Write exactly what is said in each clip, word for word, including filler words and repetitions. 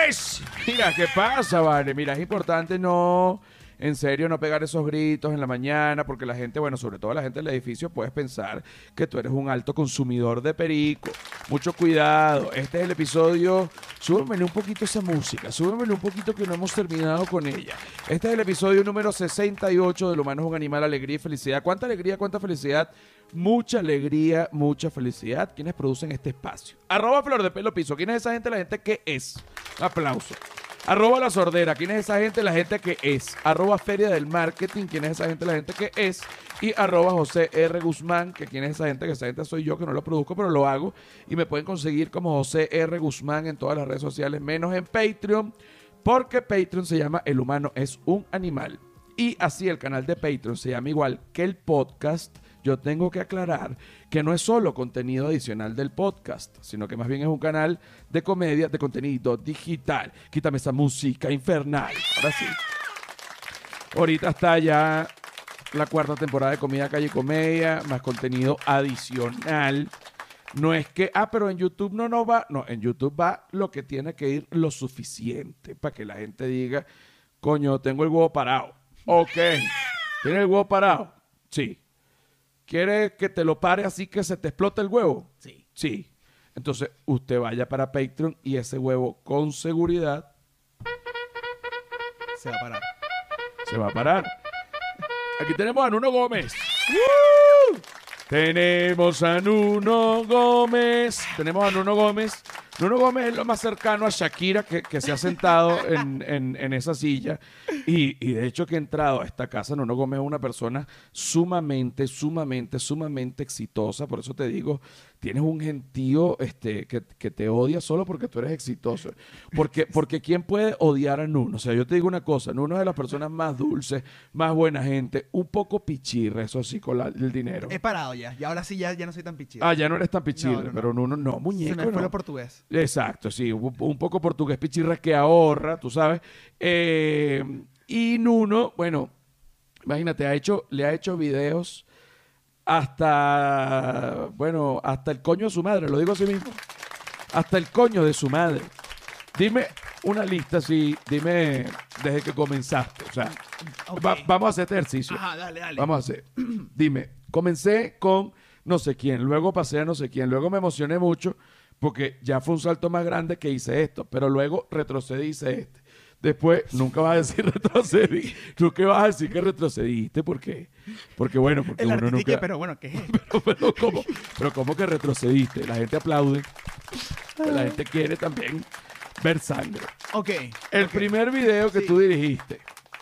Gómez. Mira, ¿qué pasa, vale? Mira, es importante no, en serio, no pegar esos gritos en la mañana, porque la gente, bueno, sobre todo la gente del edificio, puedes pensar que tú eres un alto consumidor de perico. Mucho cuidado. Este es el episodio. Súbemele un poquito esa música, súbemele un poquito que no hemos terminado con ella. Este es el episodio número sesenta y ocho del Humano es un Animal, alegría y felicidad. ¿Cuánta alegría, cuánta felicidad? Mucha alegría, mucha felicidad. ¿Quiénes producen este espacio? Arroba Flor de Pelo Piso. ¿Quién es esa gente? La gente que es. Un aplauso. Arroba La Sordera. ¿Quién es esa gente? La gente que es. Arroba Feria del Marketing. ¿Quién es esa gente? La gente que es. Y arroba José R. Guzmán. Que quién es esa gente? Que esa gente soy yo, que no lo produzco, pero lo hago. Y me pueden conseguir como José R. Guzmán en todas las redes sociales, menos en Patreon. Porque Patreon se llama El Humano es un Animal. Y así el canal de Patreon se llama igual que el podcast. Yo tengo que aclarar que no es solo contenido adicional del podcast, sino que más bien es un canal de comedia, de contenido digital. Quítame esa música infernal. Ahora sí. Ahorita está ya la cuarta temporada de Comida Calle Comedia, más contenido adicional. No es que, ah, pero en YouTube no nos va. No, en YouTube va lo que tiene que ir lo suficiente para que la gente diga, coño, tengo el huevo parado. Ok. ¿Tienes el huevo parado? Sí. ¿Quieres que te lo pare así que se te explote el huevo? Sí. Sí. Entonces, usted vaya para Patreon y ese huevo con seguridad Se va a parar. se va a parar. Aquí tenemos a Nuno Gómez. ¡Woo! Tenemos a Nuno Gómez. Tenemos a Nuno Gómez. Nuno Gómez es lo más cercano a Shakira que, que se ha sentado en, en, en esa silla. Y, y de hecho que ha entrado a esta casa, Nuno Gómez es una persona sumamente, sumamente, sumamente exitosa. Por eso te digo, tienes un gentío este, que, que te odia solo porque tú eres exitoso. Porque, porque ¿quién puede odiar a Nuno? O sea, yo te digo una cosa, Nuno es de las personas más dulces, más buena gente, un poco pichirre, eso sí, con la, el dinero. He parado ya. Y ahora sí ya, ya no soy tan pichido. Ah, ya no eres tan pichirre, No, no, no. pero Nuno no, muñeco Se me fue no. lo portugués. Exacto, sí, un, un poco portugués pichirra que ahorra, tú sabes. Eh, y Nuno, bueno, imagínate, ha hecho, le ha hecho videos hasta, bueno, hasta el coño de su madre, lo digo así mismo. Hasta el coño de su madre. Dime una lista así, dime desde que comenzaste. O sea, Ok. va- vamos a hacer este ejercicio. Ajá, dale, dale. Vamos a hacer. Dime, comencé con no sé quién, luego pasé a no sé quién, luego me emocioné mucho porque ya fue un salto más grande que hice esto, pero luego retrocedí y hice este. Después, nunca vas a decir retrocedí, nunca vas a decir que retrocediste, ¿por qué? Porque bueno, porque El uno artista nunca... que, pero bueno, ¿qué es? pero, pero, ¿cómo? Pero ¿cómo que retrocediste? La gente aplaude, la gente quiere también ver sangre. Ok. El ok. primer video que Sí. tú dirigiste,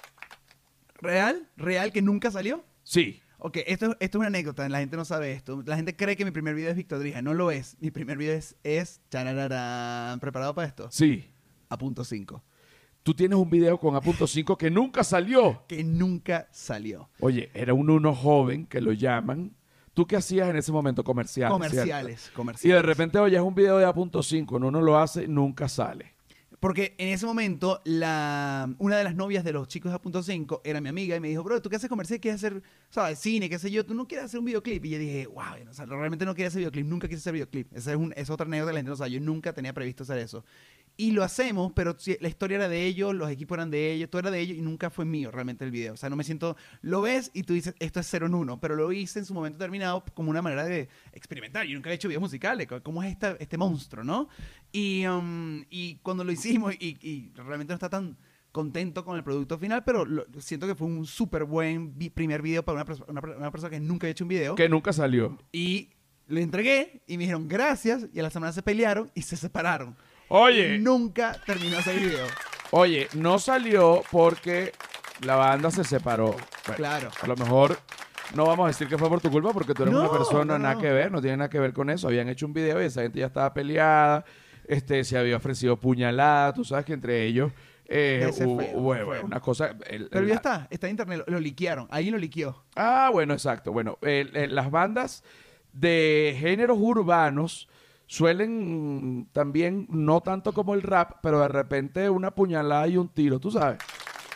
¿Real? ¿Real que nunca salió? sí, Ok, esto, esto es una anécdota, la gente no sabe esto. La gente cree que mi primer video es Victodrija, no lo es. Mi primer video es, es charararán. ¿Preparado para esto? sí. A punto cinco. Tú tienes un video con A punto cinco que nunca salió. Que nunca salió. Oye, era un uno joven que lo llaman. ¿Tú qué hacías en ese momento? Comerciales. Comerciales, ¿cierto? comerciales. Y de repente oyes un video de A punto cinco, uno lo hace, nunca sale. Porque en ese momento, la, una de las novias de los chicos de A punto cinco era mi amiga y me dijo, bro, ¿tú qué haces comercial? ¿Quieres hacer, sabes, cine, qué sé yo? ¿Tú no quieres hacer un videoclip? Y yo dije, wow, o sea, realmente no quería hacer videoclip, nunca quise hacer videoclip. Esa es, un, es otra anécdota de la gente no sabe, yo nunca tenía previsto hacer eso. Y lo hacemos, pero sí, la historia era de ellos, los equipos eran de ellos, todo era de ellos y nunca fue mío realmente el video. O sea, no me siento, lo ves y tú dices, esto es cero en uno, pero lo hice en su momento terminado como una manera de experimentar. Yo nunca he hecho videos musicales, ¿cómo es esta, este monstruo, no? Y, um, y cuando lo hicimos y, y realmente no está tan contento con el producto final, pero lo, siento que fue un súper buen vi- primer video para una, perso- una, una persona que nunca había hecho un video. Que nunca salió. Y lo entregué y me dijeron gracias y a la semana se pelearon y se separaron. Oye, Y nunca terminó ese video. oye, no salió porque la banda se separó. Bueno, Claro. a lo mejor no vamos a decir que fue por tu culpa porque tú eres No, una persona no, nada no. que ver, no tiene nada que ver con eso. Habían hecho un video y esa gente ya estaba peleada, este, se había ofrecido puñalada, tú sabes que entre ellos eh, Ese hubo, fue, hubo- fue. una cosa... el- Pero el- ya está, está en internet, lo, lo liquearon. Alguien lo liqueó. Ah, bueno, exacto. Bueno, el- el- las bandas de géneros urbanos suelen mm, también, no tanto como el rap, pero de repente una puñalada y un tiro, tú sabes.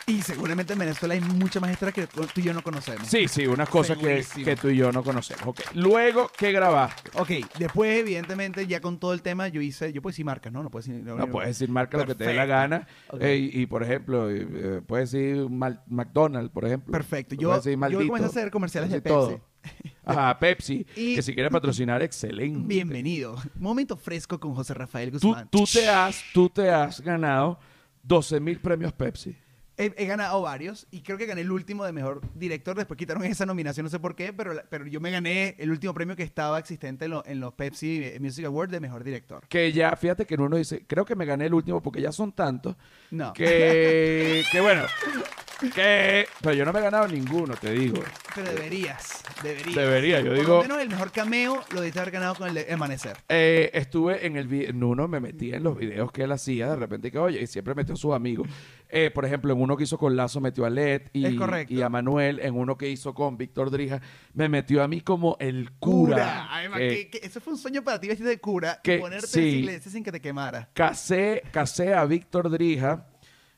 Y seguramente en Venezuela hay muchas más historias que tú y yo no conocemos. Sí, sí, unas cosas que, Segurísimo. que tú y yo no conocemos. Ok. Luego, ¿qué grabaste? Ok, después, evidentemente, ya con todo el tema, yo hice... Yo puedo decir marcas, ¿no? No puedo decir... No puedes decir marca lo que te dé la Perfecto. gana. Ok. Eh, y, y, por ejemplo, eh, puedes decir Mal- McDonald's, por ejemplo. Perfecto. Puedes Yo, decir yo maldito. comencé a hacer comerciales de Puedes Pepsi. decir todo. Ajá, Pepsi. Y- Que si quieres patrocinar, excelente. Bienvenido. Momento fresco con José Rafael Tú, Guzmán. tú, te has, tú te has ganado doce mil premios Pepsi. He, he ganado varios y creo que gané el último de mejor director. Después quitaron esa nominación, no sé por qué, pero, la- pero yo me gané el último premio que estaba existente en, lo- en los Pepsi Music Awards de mejor director. Que ya, fíjate que uno dice, creo que me gané el último porque ya son tantos. No. Que, que bueno, que... Pero yo no me he ganado ninguno, te digo. Pero deberías, deberías. Debería, yo Por digo... lo menos el mejor cameo lo debiste haber ganado con el de Amanecer. Eh, estuve en el video, Nuno me metía en los videos que él hacía, de repente que, oye, y siempre metió a sus amigos. Eh, por ejemplo, en uno que hizo con Lazo metió a Led y, Es correcto. y a Manuel, en uno que hizo con Víctor Drija, me metió a mí como el cura. Además, que que, que eso fue un sueño para ti vestirte de cura que y ponerte sí. en esa iglesia sin que te quemara. casé, casé a Víctor Drija.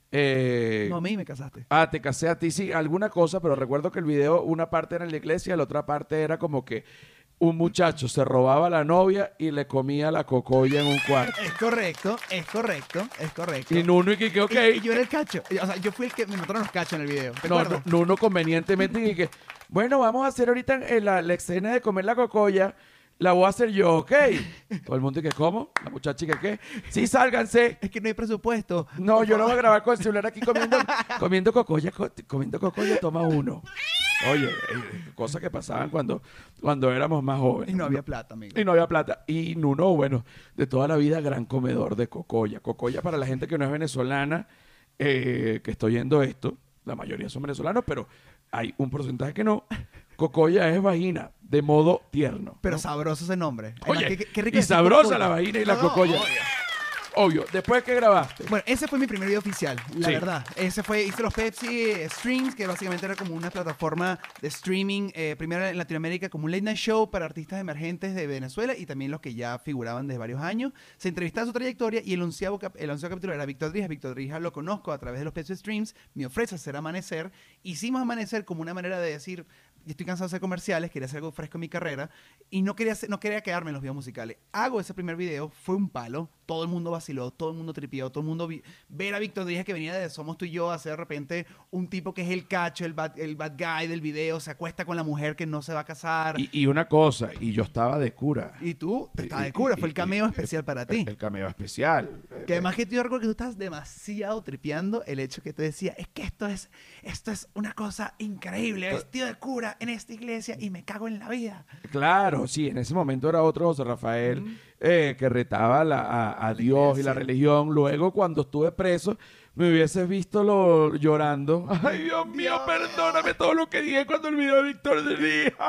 Eh, No, a mí me casaste. Ah, te casé a ti, sí, alguna cosa, pero recuerdo que el video, una parte era en la iglesia, la otra parte era como que un muchacho se robaba a la novia y le comía la cocoya en un cuarto. Es correcto, es correcto, es correcto. Y Nuno y que, ok. Y- y yo era el cacho. O sea, yo fui el que me notaron los cachos en el video. ¿Te No, acuerdas? no, Nuno convenientemente y que, bueno, vamos a hacer ahorita eh, la, la escena de comer la cocoya, la voy a hacer yo, ¿ok? Todo el mundo y que, ¿cómo? La muchacha y que, ¿qué? Sí, sálganse. Es que no hay presupuesto. No, yo no voy a grabar con el celular aquí comiendo, comiendo cocoya, co- comiendo cocoya, toma uno. Oye, eh, cosas que pasaban cuando, cuando éramos más jóvenes. Y no había plata, amigo. Y no había plata. Y Nuno, bueno, de toda la vida, gran comedor de cocoya. Cocoya para la gente que no es venezolana, eh, que está oyendo esto, la mayoría son venezolanos, pero hay un porcentaje que no. Cocoya es vagina, de modo tierno. Pero ¿no? sabroso ese nombre. Además, Oye, qué- qué rico y decir sabrosa cocoya. la vagina y la No, no, cocoya. obvio. Obvio. Después que grabaste. Bueno, ese fue mi primer video oficial, la Sí. verdad. Ese fue, hice los Pepsi Streams, que básicamente era como una plataforma de streaming, eh, primero en Latinoamérica, como un late night show para artistas emergentes de Venezuela y también los que ya figuraban desde varios años. Se entrevistaba su trayectoria y el onceavo, cap- el onceavo capítulo era Víctor Drija. Víctor Drija lo conozco a través de los Pepsi Streams, me ofrece hacer Amanecer. Hicimos Amanecer como una manera de decir, yo estoy cansado de hacer comerciales, quería hacer algo fresco en mi carrera y no quería, hacer- no quería quedarme en los videos musicales. Hago ese primer video, fue un palo, todo el mundo vaciló, todo el mundo tripió, todo el mundo vi- ver a Víctor Díaz que venía de Somos Tú y Yo a ser de repente un tipo que es el cacho, el bad, el bad guy del video, se acuesta con la mujer que no se va a casar. Y, Y, y una cosa, y yo estaba de cura. tú, te estabas Y- de cura, y- fue el y- cameo y- especial para el- ti. El cameo especial. Que además que yo recuerdo que tú estás demasiado tripeando el hecho que tú decías, es que esto es, esto es una cosa increíble, vestido de cura en esta iglesia y me cago en la vida. Claro, sí, en ese momento era otro José Rafael eh, que retaba la- a, a Dios y la Sí. religión. Luego, cuando estuve preso, me hubieses visto lo, llorando. Ay, Dios mío, Dios. perdóname todo lo que dije cuando el video de Víctor de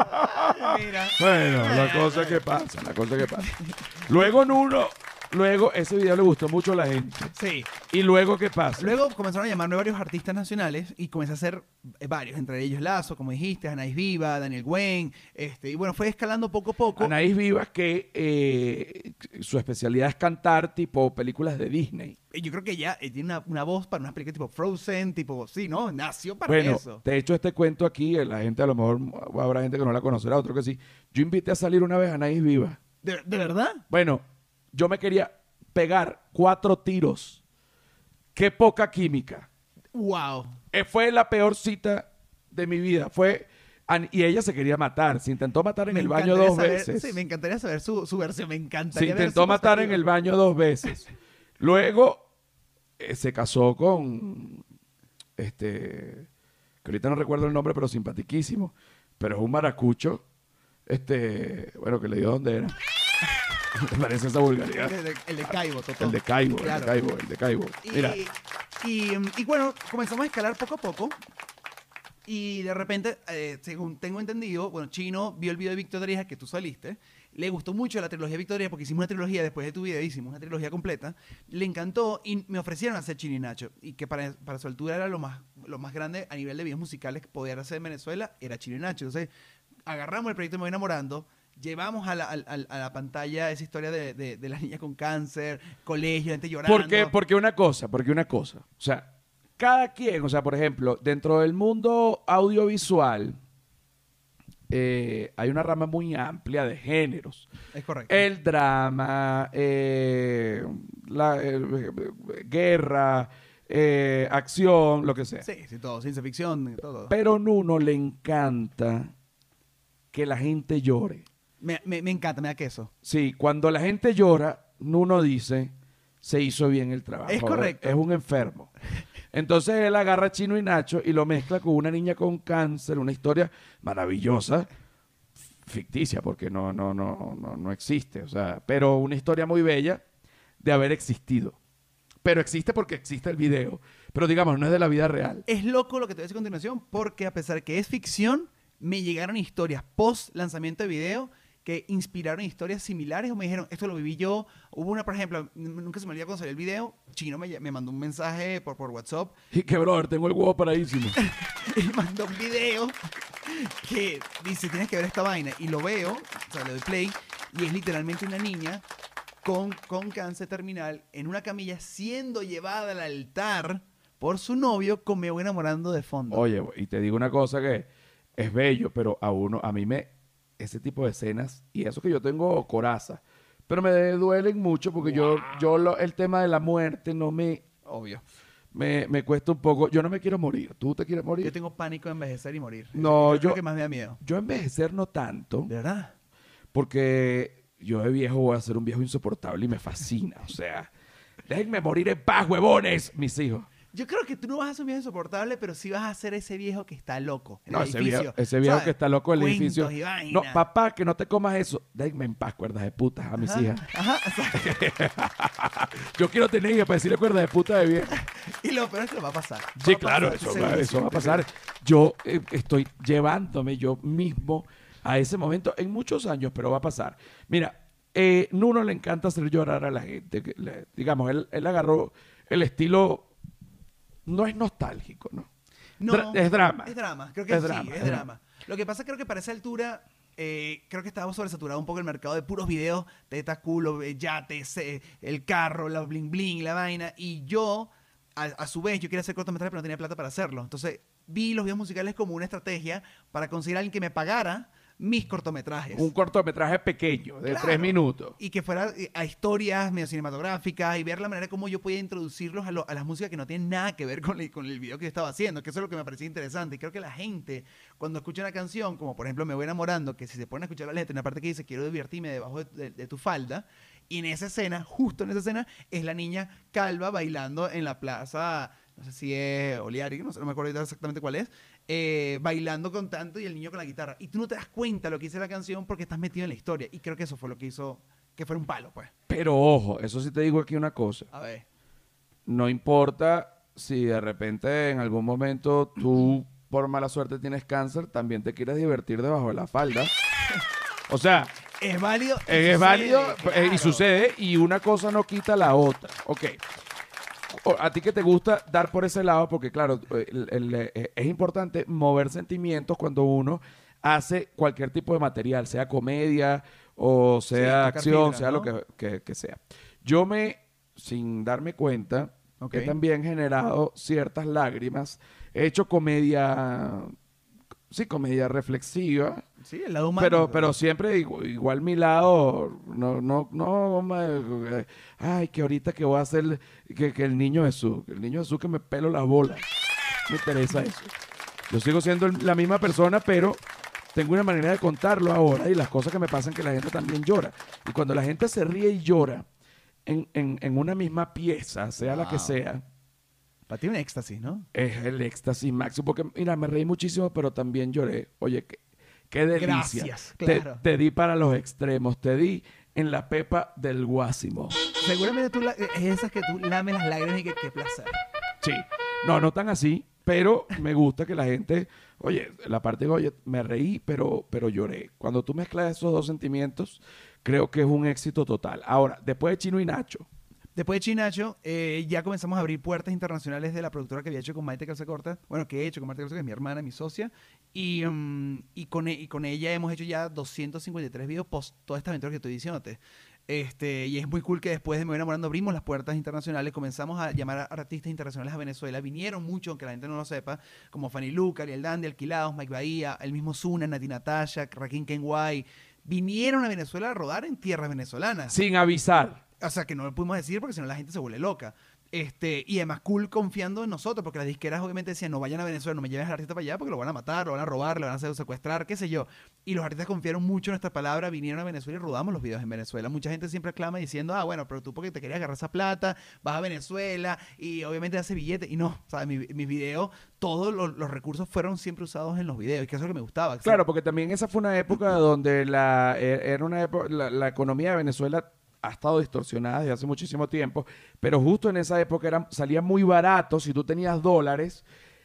Día. Mira. Bueno, la cosa que pasa, la cosa que pasa. Luego, Nuno, luego ese video le gustó mucho a la gente. Sí. Y luego, ¿qué pasa? Luego comenzaron a llamarme varios artistas nacionales y comencé a hacer eh, varios, entre ellos Lazo, como dijiste, Anaís Viva, Daniel Gwen, este, y bueno, fue escalando poco a poco. Anaís Vivas, que eh, su especialidad es cantar tipo películas de Disney. Y yo creo que ya eh, tiene una, una voz para unas películas tipo Frozen, tipo, sí, ¿no? Nació para Bueno, eso. te he hecho este cuento aquí, eh, la gente a lo mejor habrá gente que no la conocerá, otro que sí. Yo invité a salir una vez a Anaís Viva. ¿De, de verdad? Bueno, yo me quería pegar cuatro tiros. Qué poca química. ¡Wow! Eh, fue la peor cita de mi vida. Fue an- y ella se quería matar. Se intentó matar en Me el baño encantaría dos saber- veces. Sí, me encantaría saber su, su versión, me Se encantaría ver intentó su matar en perspectiva. el baño dos veces. Luego eh, se casó con este que ahorita no recuerdo el nombre, pero simpatiquísimo. Pero es un maracucho. Este, bueno, que le dio donde era. Me parece esa vulgaridad. El de, el de Caibo, Totó. El de Caibo, el Claro. de Caibo, el de Caibo. Y, Mira, y, y bueno, comenzamos a escalar poco a poco. Y de repente, eh, según tengo entendido, bueno, Chino vio el video de Víctor Drija que tú saliste. Le gustó mucho la trilogía de Víctor Drija porque hicimos una trilogía después de tu video, hicimos una trilogía completa. Le encantó y me ofrecieron hacer Chino y Nacho. Y que para, para su altura era lo más, lo más grande a nivel de videos musicales que poder hacer en Venezuela, era Chino y Nacho. Entonces, agarramos el proyecto Me Voy Enamorando. Llevamos a la, a, a- a la pantalla esa historia de, de, de la niña con cáncer, colegio, gente llorando. ¿por qué? Porque una cosa, porque una cosa. O sea, cada quien, o sea, por ejemplo, dentro del mundo audiovisual, eh, hay una rama muy amplia de géneros. Es correcto. El drama, eh, la eh, guerra, eh, acción, lo que sea. Sí, sí, todo. Ciencia ficción, todo. Pero a Nuno le encanta que la gente llore. Me, me, me encanta, me da queso. Sí, cuando la gente llora, Nuno dice, se hizo bien el trabajo. Es correcto. Es un enfermo. Entonces él agarra a Chino y Nacho y lo mezcla con una niña con cáncer, una historia maravillosa, ficticia, porque no, no, no, no, no existe, o sea, pero una historia muy bella de haber existido. Pero existe porque existe el video. Pero digamos, no es de la vida real. Es loco lo que te voy a decir a continuación, porque a pesar de que es ficción, me llegaron historias post lanzamiento de video que inspiraron historias similares o me dijeron, esto lo viví yo. Hubo una, por ejemplo, nunca se me olvidó cuando salió el video, Chino me, me mandó un mensaje por, por WhatsApp. Y que, brother, tengo el huevo paradísimo. Y mandó un video que dice, tienes que ver esta vaina. Y lo veo, o sea, le doy play, y es literalmente una niña con, con cáncer terminal en una camilla siendo llevada al altar por su novio con Me Voy Enamorando de fondo. Oye, y te digo una cosa que es bello, pero a uno, a mí me, ese tipo de escenas, y eso que yo tengo coraza, pero me duelen mucho porque Wow. yo, yo lo, el tema de la muerte no me, Obvio. me, me cuesta un poco. Yo no me quiero morir. ¿Tú te quieres morir? Yo tengo pánico de envejecer y morir. No, Eso es yo- lo que más me da miedo. Yo envejecer no tanto, ¿De verdad? porque yo de viejo voy a ser un viejo insoportable y me fascina. O sea, déjenme morir en paz, huevones, mis hijos. Yo creo que tú no vas a ser un viejo insoportable, pero sí vas a ser ese viejo que está loco en No, el ese edificio. viejo, ese viejo ¿sabes? que está loco en el Cuentos edificio. y vaina. No, papá, que no te comas eso. Déjenme en paz, cuerdas de putas, a mis Ajá, hijas. ajá, exacto. Yo quiero tener hijas para decirle cuerdas de puta de vieja. Y lo peor es que lo va a pasar. Sí, Va a claro, pasar, eso, va, segurísimo. eso va a pasar. Yo eh, estoy llevándome yo mismo a ese momento en muchos años, pero va a pasar. Mira, eh, Nuno le encanta hacer llorar a la gente. Que le- digamos, él, él agarró el estilo, no es nostálgico, ¿no? No, Dra- es drama. Es drama, creo que Es sí, drama, es es drama. Lo que pasa creo que para esa altura, eh, creo que estaba sobresaturado un poco el mercado de puros videos, teta, culo, eh, yates, eh, el carro, la bling bling, la vaina. Y yo, a, a su vez, yo quería hacer cortometraje, pero no tenía plata para hacerlo. Entonces, vi los videos musicales como una estrategia para conseguir a alguien que me pagara mis cortometrajes. Un cortometraje pequeño, de Claro. tres minutos. Y que fuera eh, a historias medio cinematográficas y ver la manera como yo podía introducirlos a, lo- a las músicas que no tienen nada que ver con el, con el video que yo estaba haciendo, que eso es lo que me parecía interesante. Y creo que la gente, cuando escucha una canción, como por ejemplo Me Voy Enamorando, que si se pone a escuchar la letra, una parte que dice quiero divertirme debajo de, de- de tu falda, y en esa escena, justo en esa escena, es la niña calva bailando en la plaza, no sé si es Oliari, no sé, no me acuerdo ahorita exactamente cuál es, eh, bailando con tanto y el niño con la guitarra. Y tú no te das cuenta lo que dice la canción porque estás metido en la historia. Y creo que eso fue lo que hizo que fuera un palo, pues. Pero ojo, eso sí te digo aquí una cosa. A ver. No importa si de repente en algún momento tú, por mala suerte, tienes cáncer, también te quieres divertir debajo de la falda. O sea, Es válido. y es, es sucede, válido eh, claro. y sucede y una cosa no quita la otra. Ok. O- A ti que te gusta dar por ese lado, porque claro, el- el- eh, es importante mover sentimientos cuando uno hace cualquier tipo de material, sea comedia o sea tocar acción, fibra, sea ¿no? lo que, que- que sea. Yo me, sin darme cuenta, Ok. he también generado ciertas lágrimas. He hecho comedia, sí, comedia reflexiva. Sí, el lado humano. Pero, pero siempre igual, igual mi lado, no, no, no, ma- ay, que ahorita que voy a hacer, que, que el niño Jesús, que el niño Jesús que me pelo las bolas, me interesa eso. Yo sigo siendo el- la misma persona, pero tengo una manera de contarlo ahora y las cosas que me pasan que la gente también llora. Y cuando la gente se ríe y llora en, en, en una misma pieza, sea la que Wow. sea, Para ti un éxtasis, ¿no? es el éxtasis máximo. Porque, mira, me reí muchísimo, pero también lloré. Oye, qué, qué delicia. Gracias, Te- claro. Te, di para los extremos. Te di en la pepa del guásimo. Seguramente tú la- es esas que tú lames las lágrimas y que qué placer. Sí. No, no tan así, pero me gusta que la gente... Oye, la parte de, oye, me reí, pero, pero lloré. Cuando tú mezclas esos dos sentimientos, creo que es un éxito total. Ahora, después de Chino y Nacho, Después de Chinacho, eh, ya comenzamos a abrir puertas internacionales de la productora que había hecho con Maite Calza Corta. Bueno, que he hecho con Maite Calza Corta, que es mi hermana, mi socia. Y, mm, y, con, e- y con ella hemos hecho ya doscientos cincuenta y tres videos post toda esta aventura que estoy diciéndote. Este, y es muy cool que después de Me Voy Enamorando abrimos las puertas internacionales, comenzamos a llamar a artistas internacionales a Venezuela. Vinieron mucho, aunque la gente no lo sepa, como Fanny Luca, Ariel Dandy, Alquilados, Mike Bahía, el mismo Zuna, Nati Natasha, Rakim Kenway. Vinieron a Venezuela a rodar en tierras venezolanas. Sin avisar. O sea, que no lo pudimos decir porque si no la gente se vuelve loca. Este, y además cool confiando en nosotros, porque las disqueras obviamente decían, no vayan a Venezuela, no me lleves al artista para allá porque lo van a matar, lo van a robar, lo van a hacer secuestrar, qué sé yo. Y los artistas confiaron mucho en nuestra palabra, vinieron a Venezuela y rodamos los videos en Venezuela. Mucha gente siempre aclama diciendo, ah, bueno, pero tú porque te querías agarrar esa plata, vas a Venezuela y obviamente hace billete. Y no, ¿sabes? Mi, mis videos, todos los, los recursos fueron siempre usados en los videos, y que eso es lo que me gustaba. Claro, porque también esa fue una época donde la, era una época, la, la economía de Venezuela ha estado distorsionada desde hace muchísimo tiempo, pero justo en esa época era, salía muy barato si tú tenías dólares,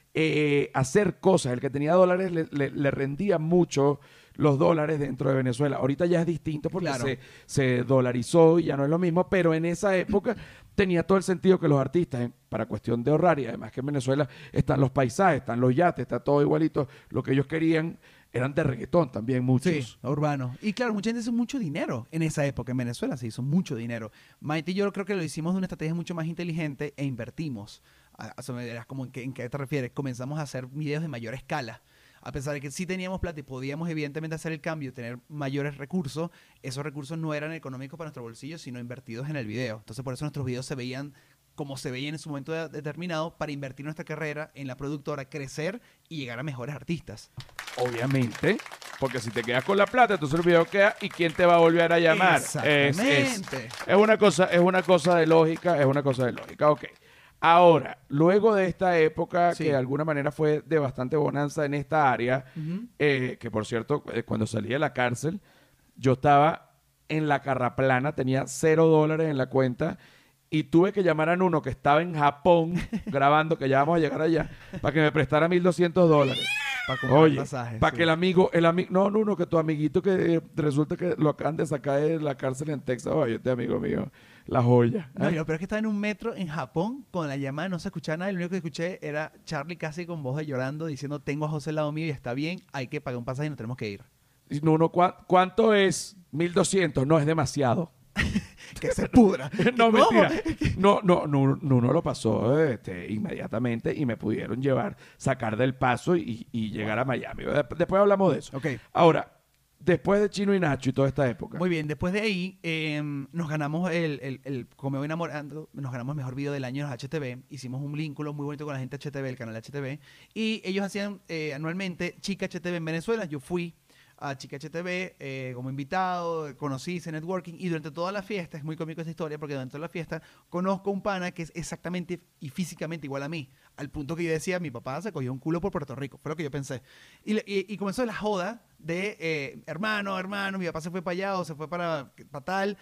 eh, hacer cosas. El que tenía dólares le, le, le rendía mucho los dólares dentro de Venezuela. Ahorita ya es distinto porque Claro. se, se dolarizó y ya no es lo mismo, pero en esa época tenía todo el sentido que los artistas, eh, para cuestión de ahorrar, y además que en Venezuela están los paisajes, están los yates, está todo igualito, lo que ellos querían eran de reggaetón también muchos. Sí, urbano. Y claro, mucha gente hizo mucho dinero en esa época. En Venezuela se hizo mucho dinero. Maite y yo creo que lo hicimos de una estrategia mucho más inteligente e invertimos. A, a, me dirás, ¿cómo, en, qué, ¿En qué te refieres? Comenzamos a hacer videos de mayor escala. A pesar de que sí teníamos plata y podíamos evidentemente hacer el cambio y tener mayores recursos, esos recursos no eran económicos para nuestro bolsillo, sino invertidos en el video. Entonces por eso nuestros videos se veían como se veían en su momento de, determinado, para invertir nuestra carrera en la productora, crecer y llegar a mejores artistas. Obviamente, porque si te quedas con la plata, entonces el video queda y quién te va a volver a llamar. Exactamente. Es, es, es una cosa, es una cosa de lógica, es una cosa de lógica. Ok. Ahora, luego de esta época, Sí. que de alguna manera fue de bastante bonanza en esta área, Uh-huh. eh, que por cierto, eh, cuando salí de la cárcel, yo estaba en la carraplana, tenía cero dólares en la cuenta y tuve que llamar a Nuno, que estaba en Japón grabando, que ya vamos a llegar allá, para que me prestara mil doscientos dólares. Para comprar Oye, pasajes. para sí. que el amigo, el amigo, no, Nuno, que tu amiguito que eh, resulta que lo acaban de sacar de la cárcel en Texas, oye, este amigo mío, la joya. No, ¿eh? yo, pero es que estaba en un metro en Japón con la llamada, no se escuchaba nada. Y lo único que escuché era Charlie casi con voz de llorando diciendo: tengo a José al lado mío y está bien, hay que pagar un pasaje y nos tenemos que ir. Y Nuno, ¿cuá- ¿cuánto es? mil doscientos, no, es demasiado. Que se pudra. No, ¿Cómo? mentira. No, no, no, no, no lo pasó este, inmediatamente y me pudieron llevar, sacar del paso y, y llegar a Miami. Dep- Después hablamos de eso. Ok. Ahora, después de Chino y Nacho y toda esta época. Muy bien, después de ahí eh, nos ganamos el, el, el Como Me Voy Enamorando, nos ganamos el mejor video del año en los H T V, hicimos un vínculo muy bonito con la gente de H T V, el canal de H T V, y ellos hacían eh, anualmente Chica H T V en Venezuela. Yo fui a Chica H T V eh, como invitado, conocí, hice networking, y durante toda la fiesta, es muy cómico esta historia, porque durante toda la fiesta conozco un pana que es exactamente y físicamente igual a mí, al punto que yo decía: mi papá se cogió un culo por Puerto Rico, fue lo que yo pensé. Y, le- y- y comenzó la joda de eh, hermano, hermano, mi papá se fue para allá o se fue para, para tal,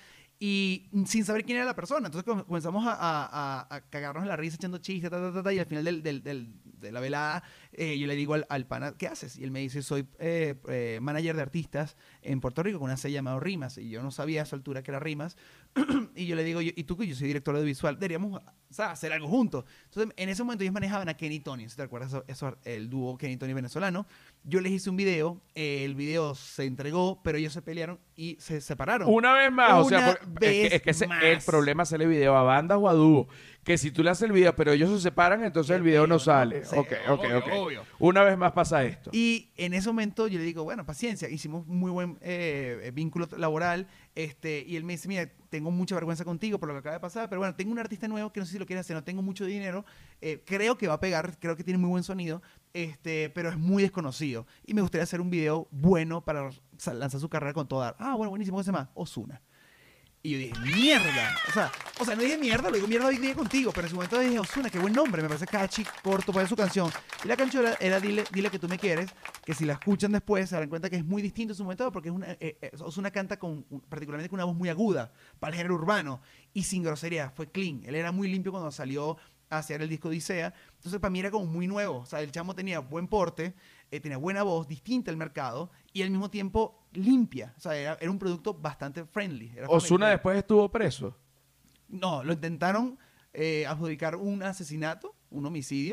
y sin saber quién era la persona. Entonces com- comenzamos a, a- a- a cagarnos en la risa echando chistes, ta, ta, ta, ta, y al final del, del- del- de la velada eh, yo le digo al, al pana: ¿qué haces? Y él me dice: soy eh, eh, manager de artistas en Puerto Rico con una serie llamada Rimas. Y yo no sabía a esa altura que era Rimas. Y yo le digo: yo- ¿y tú, que yo soy director de visual, deberíamos, o sea, hacer algo juntos? Entonces en ese momento ellos manejaban a Kenny Tony, ¿sí te acuerdas? Eso, eso, el dúo Kenny Tony venezolano. Yo les hice un video, eh, el video se entregó, pero ellos se pelearon y se separaron. Una vez más, o sea, Una por- es vez que, es que ese- más. el problema es hacerle video a bandas o a dúo. Que si tú le haces el video, pero ellos se separan, entonces el video no video, ¿no? sale. Sí, ok, ok, obvio, ok. obvio. Una vez más pasa esto. Y en ese momento yo le digo: bueno, paciencia, hicimos muy buen eh, vínculo laboral, este, y él me dice: mira, tengo mucha vergüenza contigo por lo que acaba de pasar, pero bueno, tengo un artista nuevo que no sé si lo quieres hacer, no tengo mucho dinero, eh, creo que va a pegar, creo que tiene muy buen sonido, este, pero es muy desconocido, y me gustaría hacer un video bueno para sa- lanzar su carrera con toda. Ah, bueno, buenísimo, ¿qué se llama? Ozuna. Y yo dije: mierda. O sea, o sea, no dije mierda, lo digo mierda hoy día contigo, pero en su momento dije: Ozuna, qué buen nombre, me parece catchy, corto para su canción. Y la canción era, era dile, dile que tú me quieres, que si la escuchan después se darán cuenta que es muy distinto en su momento, porque es una, eh, eh, Ozuna canta con, particularmente con una voz muy aguda, para el género urbano, y sin grosería, fue clean. Él era muy limpio cuando salió a hacer el disco Odisea, entonces para mí era como muy nuevo. O sea, el chamo tenía buen porte, eh, tenía buena voz, distinta al mercado, y al mismo tiempo limpia. O sea, era, era un producto bastante friendly. Era Ozuna family- después estuvo preso. No, lo intentaron eh, adjudicar un asesinato, un homicidio,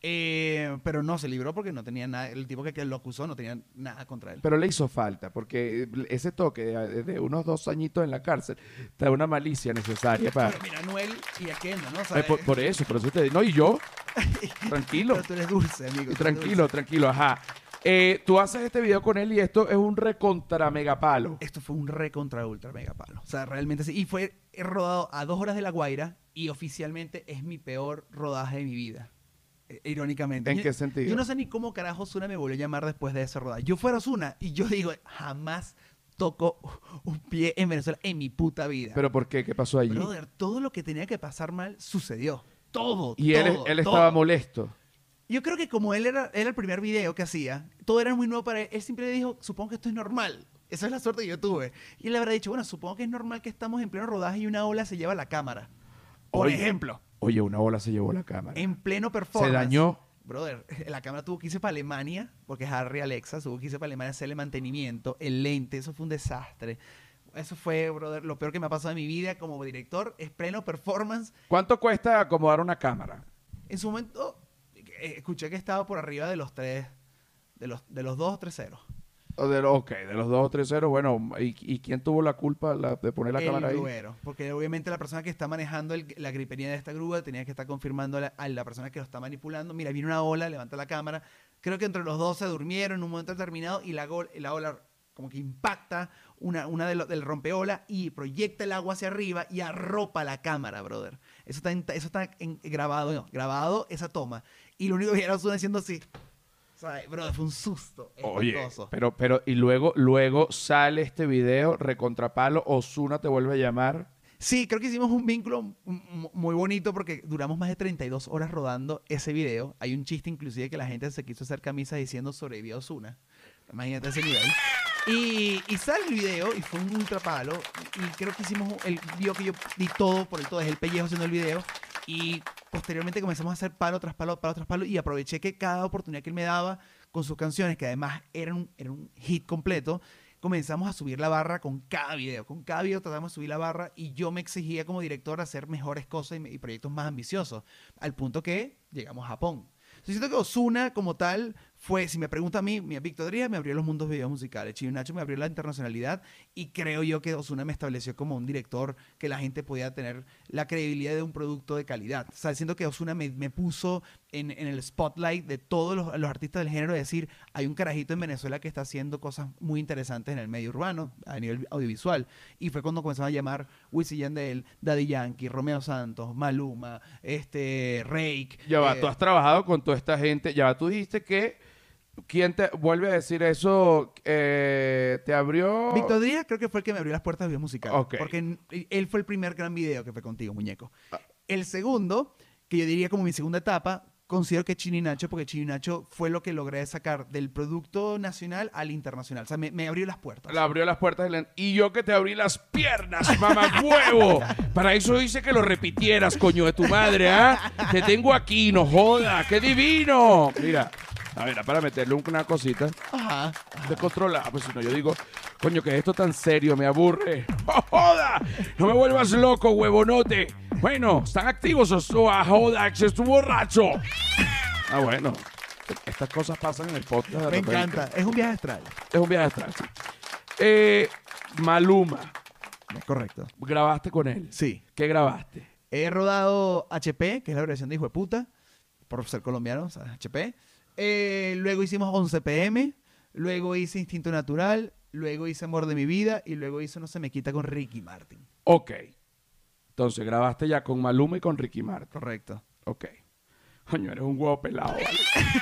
Eh, pero no se libró porque no tenía nada, el tipo que, que lo acusó no tenía nada contra él. Pero le hizo falta, porque ese toque de, de unos dos añitos en la cárcel te da una malicia necesaria para... Pero mira, Anuel y aquel, ¿no? Eh, ¿Sabes? por, por eso, por eso te digo. No, y yo, tranquilo. Pero tú eres dulce, amigo. tú eres Tranquilo, dulce. tranquilo, ajá. Eh, tú haces este video con él y esto es un recontra megapalo. Esto fue un re contra ultra mega palo. O sea, realmente sí. Y fue he rodado a dos horas de La Guaira y oficialmente es mi peor rodaje de mi vida. Eh, irónicamente. ¿En Yo- qué sentido? Yo no sé ni cómo carajo Ozuna me volvió a llamar después de ese rodaje. Yo fuera Ozuna y yo digo, jamás toco un pie en Venezuela en mi puta vida. ¿Pero por qué? ¿Qué pasó allí? Brother, todo lo que tenía que pasar mal sucedió. Todo. Y él, todo, él todo. estaba molesto. Yo creo que como él era, era el primer video que hacía, todo era muy nuevo para él. Él siempre le dijo, supongo que esto es normal. Esa es la suerte que yo tuve. Y él le habrá dicho, bueno, supongo que es normal que estamos en pleno rodaje y una ola se lleva la cámara. Por Oye, ejemplo, Oye, una ola se llevó la cámara. en pleno performance. Se dañó. Brother, la cámara tuvo que irse para Alemania, porque Harry Alexa tuvo que irse para Alemania a hacerle mantenimiento. El lente, eso fue un desastre. Eso fue, brother, lo peor que me ha pasado en mi vida como director. Es pleno performance. ¿Cuánto cuesta acomodar una cámara? En su momento, eh, escuché que estaba por arriba de los tres, de los, de los dos o tres ceros. O de los, ok, de los dos o tres ceros, bueno, ¿y, y quién tuvo la culpa la- de poner la El cámara ahí? gruero, porque obviamente la persona que está manejando el- la gripería de esta grúa tenía que estar confirmando a la, a la persona que lo está manipulando. Mira, viene una ola, levanta la cámara. Creo que entre los dos se durmieron en un momento determinado y la, gol- la ola como que impacta una, una de lo- del rompeola y proyecta el agua hacia arriba y arropa la cámara, brother. Eso está, en- eso está en- grabado, no, grabado esa toma. Y lo único que era Ozuna haciendo así. O sea, brother, fue un susto. Oye, espantoso. pero, pero, y luego, luego sale este video, recontrapalo, Ozuna te vuelve a llamar. Sí, creo que hicimos un vínculo m- m- muy bonito porque duramos más de treinta y dos horas rodando ese video. Hay un chiste inclusive que la gente se quiso hacer camisas diciendo sobrevivió Ozuna. Imagínate ese nivel. Y, y sale el video y fue un ultra palo. Y creo que hicimos, el vio que yo di todo por el todo, dejé el pellejo haciendo el video. Y posteriormente comenzamos a hacer palo tras palo, palo tras palo. Y aproveché que cada oportunidad que él me daba con sus canciones, que además eran un, eran un hit completo, comenzamos a subir la barra con cada video. Con cada video tratamos de subir la barra y yo me exigía como director hacer mejores cosas y, y proyectos más ambiciosos. Al punto que llegamos a Japón. Yo siento que Ozuna como tal fue, si me pregunta a mí, mi Víctor Díaz me abrió los mundos de videos musicales, Chino Nacho me abrió la internacionalidad y creo yo que Ozuna me estableció como un director que la gente podía tener la credibilidad de un producto de calidad. O sea, siento que Ozuna me, me puso en, en el spotlight de todos los, los artistas del género, de decir, hay un carajito en Venezuela que está haciendo cosas muy interesantes en el medio urbano, a nivel audiovisual. Y fue cuando comenzamos a llamar Wisin y Yandel, Daddy Yankee, Romeo Santos, Maluma, este, Rake. Ya va, eh, tú has trabajado con toda esta gente. Ya va, tú dijiste que. ¿Quién te vuelve a decir eso? Eh, ¿Te abrió? Víctor Díaz creo que fue el que me abrió las puertas del video musical. Ok. Porque n- él fue el primer gran video que fue contigo, muñeco. Ah. El segundo, que yo diría como mi segunda etapa, considero que Chino y Nacho, porque Chino y Nacho fue lo que logré sacar del producto nacional al internacional. O sea, me, me abrió las puertas. Le abrió las puertas del- y yo que te abrí las piernas, mamá huevo. Para eso hice que lo repitieras, coño de tu madre, ¿ah? Te tengo aquí, no joda, qué divino. Mira, a ver, para meterle una cosita Ajá. de controlar, pues si no yo digo, coño, que esto tan serio me aburre. ¡Oh, joda! No me vuelvas loco, huevonote. Bueno, ¿están activos o so- ah, joda, que estuvo borracho? Ah, bueno. Estas cosas pasan en el podcast. de Me repente. encanta. Es un viaje astral. Es un viaje astral, sí. Eh, Maluma, Es correcto. grabaste con él. Sí. ¿Qué grabaste? He rodado H P, que es la abreviación de hijo de puta, por ser colombiano, o sea, H P. Eh, luego hicimos once P M, luego hice Instinto Natural, luego hice Amor de mi vida y luego hice No se me quita con Ricky Martin. Ok. Entonces, grabaste ya con Maluma y con Ricky Martin. Correcto. Ok. Coño, eres un huevo pelado, ¿vale?